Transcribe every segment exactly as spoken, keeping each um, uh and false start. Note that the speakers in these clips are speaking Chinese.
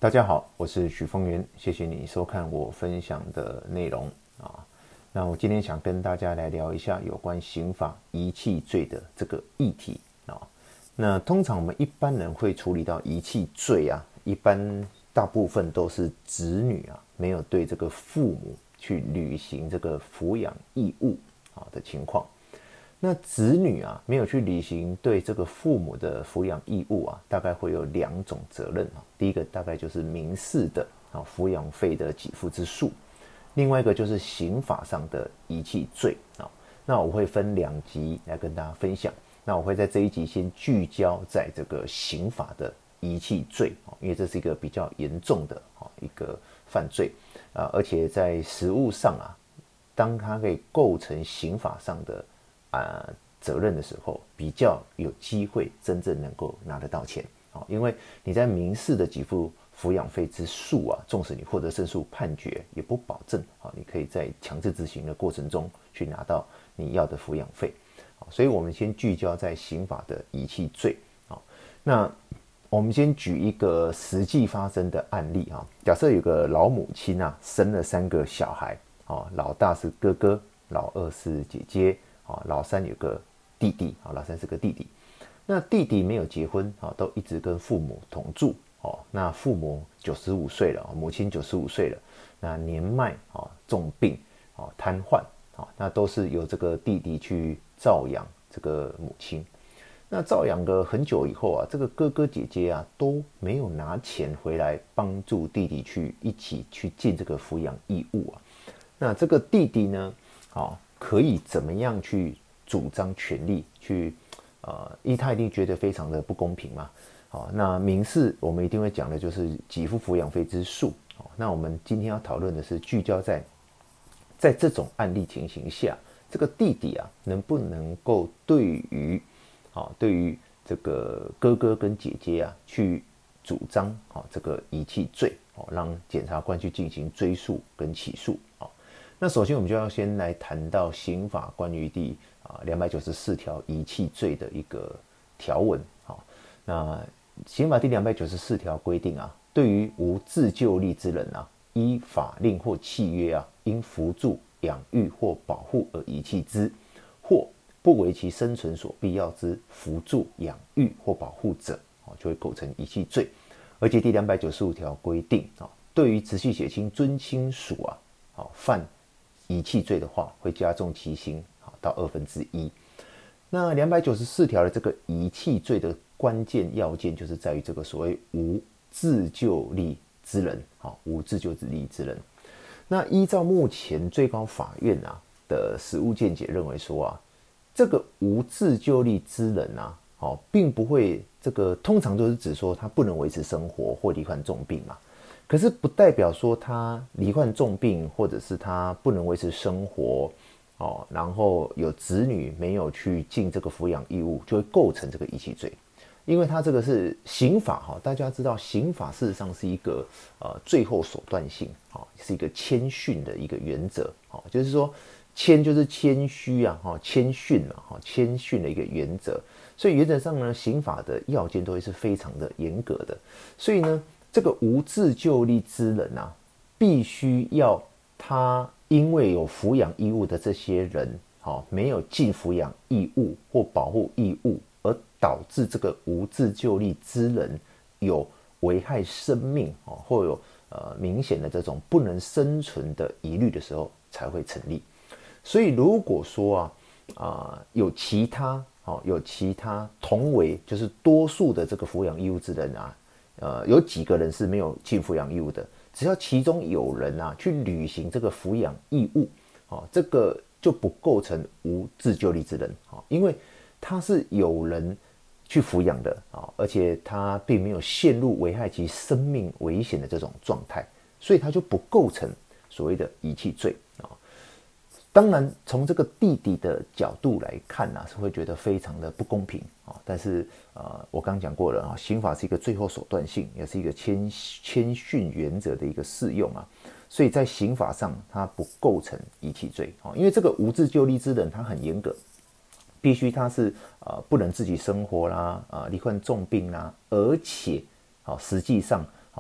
大家好，我是许峰源，谢谢你收看我分享的内容啊。那我今天想跟大家来聊一下有关刑法遗弃罪的这个议题啊。那通常我们一般人会处理到遗弃罪啊，一般大部分都是子女啊没有对这个父母去履行这个抚养义务啊的情况。那子女啊没有去履行对这个父母的抚养义务啊，大概会有两种责任啊。第一个大概就是民事的啊抚养费的给付之诉，另外一个就是刑法上的遗弃罪啊。那我会分两集来跟大家分享。那我会在这一集先聚焦在这个刑法的遗弃罪啊，因为这是一个比较严重的啊一个犯罪啊，而且在实务上啊，当它可以构成刑法上的啊、呃、责任的时候，比较有机会真正能够拿得到钱啊，因为你在民事的给付抚养费之诉啊，纵使你获得胜诉判决，也不保证啊，你可以在强制执行的过程中去拿到你要的抚养费啊，所以我们先聚焦在刑法的遗弃罪啊。那我们先举一个实际发生的案例啊，假设有个老母亲啊，生了三个小孩啊，老大是哥哥，老二是姐姐。老三有个弟弟，老三是个弟弟。那弟弟没有结婚，都一直跟父母同住。那父母九十五岁了，母亲九十五岁了，那年迈、重病、瘫痪，那都是由这个弟弟去照养这个母亲。那照养了很久以后啊，这个哥哥姐姐啊都没有拿钱回来帮助弟弟去一起去尽这个抚养义务啊。那这个弟弟呢，啊。可以怎么样去主张权利去呃，因为他一定觉得非常的不公平嘛。好，那民事我们一定会讲的就是给付抚养费之诉。好，那我们今天要讨论的是聚焦在在这种案例情形下，这个弟弟啊能不能够对于好对于这个哥哥跟姐姐啊去主张好这个遗弃罪，好让检察官去进行追诉跟起诉。好，那首先我们就要先来谈到刑法关于第啊两百九十四条遗弃罪的一个条文。好，那刑法第两百九十四条规定啊，对于无自救力之人啊，依法令或契约啊，因扶助、养育或保护而遗弃之，或不为其生存所必要之扶助、养育或保护者，就会构成遗弃罪。而且第两百九十五条规定啊，对于直系血亲尊亲属啊，犯遗弃罪的话，会加重其刑到二分之一。那两百九十四条的这个遗弃罪的关键要件，就是在于这个所谓无自救力之人，无自救力之人。那依照目前最高法院啊的实务见解认为说啊，这个无自救力之人啊，哦，并不会这个通常都是指说他不能维持生活或罹患重病嘛。可是不代表说他罹患重病，或者是他不能维持生活，哦，然后有子女没有去尽这个抚养义务，就会构成这个遗弃罪。因为他这个是刑法哈，大家知道刑法事实上是一个呃最后手段性，哦，是一个谦逊的一个原则，哦，就是说谦就是谦虚啊，哈，谦逊啊，哈，谦逊的一个原则。所以原则上呢，刑法的要件都会是非常的严格的。所以呢，这个无自救力之人啊，必须要他因为有抚养义务的这些人，哦，没有尽抚养义务或保护义务，而导致这个无自救力之人有危害生命，哦，或有呃明显的这种不能生存的疑虑的时候，才会成立。所以如果说啊啊、呃、有其他哦有其他同为就是多数的这个抚养义务之人啊。呃，有几个人是没有尽抚养义务的，只要其中有人啊去履行这个抚养义务，哦，这个就不构成无自救力之人，哦，因为他是有人去抚养的，哦，而且他并没有陷入危害其生命危险的这种状态，所以他就不构成所谓的遗弃罪，哦。当然，从这个弟弟的角度来看啊，是会觉得非常的不公平啊。但是呃，我刚刚讲过了啊，刑法是一个最后手段性，也是一个谦谦逊原则的一个适用啊。所以在刑法上，它不构成遗弃罪啊，因为这个无自救力之人，他很严格，必须他是呃不能自己生活啦，啊罹患重病啦，而且啊实际上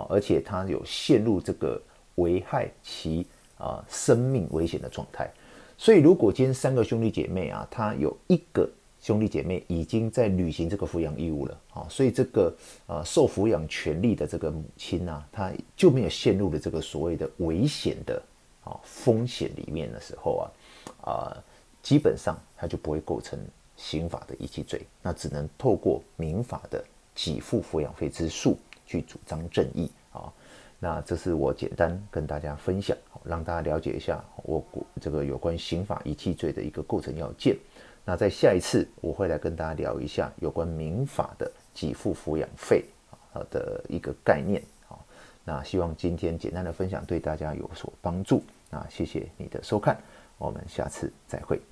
而且他有陷入这个危害其啊、呃、生命危险的状态。所以如果今天三个兄弟姐妹啊，他有一个兄弟姐妹已经在履行这个抚养义务了啊，所以这个呃受抚养权利的这个母亲啊，她就没有陷入了这个所谓的危险的啊风险里面的时候啊，啊、呃、基本上她就不会构成刑法的遗弃罪，那只能透过民法的给付抚养费之诉去主张正义啊。那这是我简单跟大家分享，让大家了解一下我这个有关刑法遗弃罪的一个构成要件。那在下一次我会来跟大家聊一下有关民法的给付抚养费的一个概念。那希望今天简单的分享对大家有所帮助。那谢谢你的收看，我们下次再会。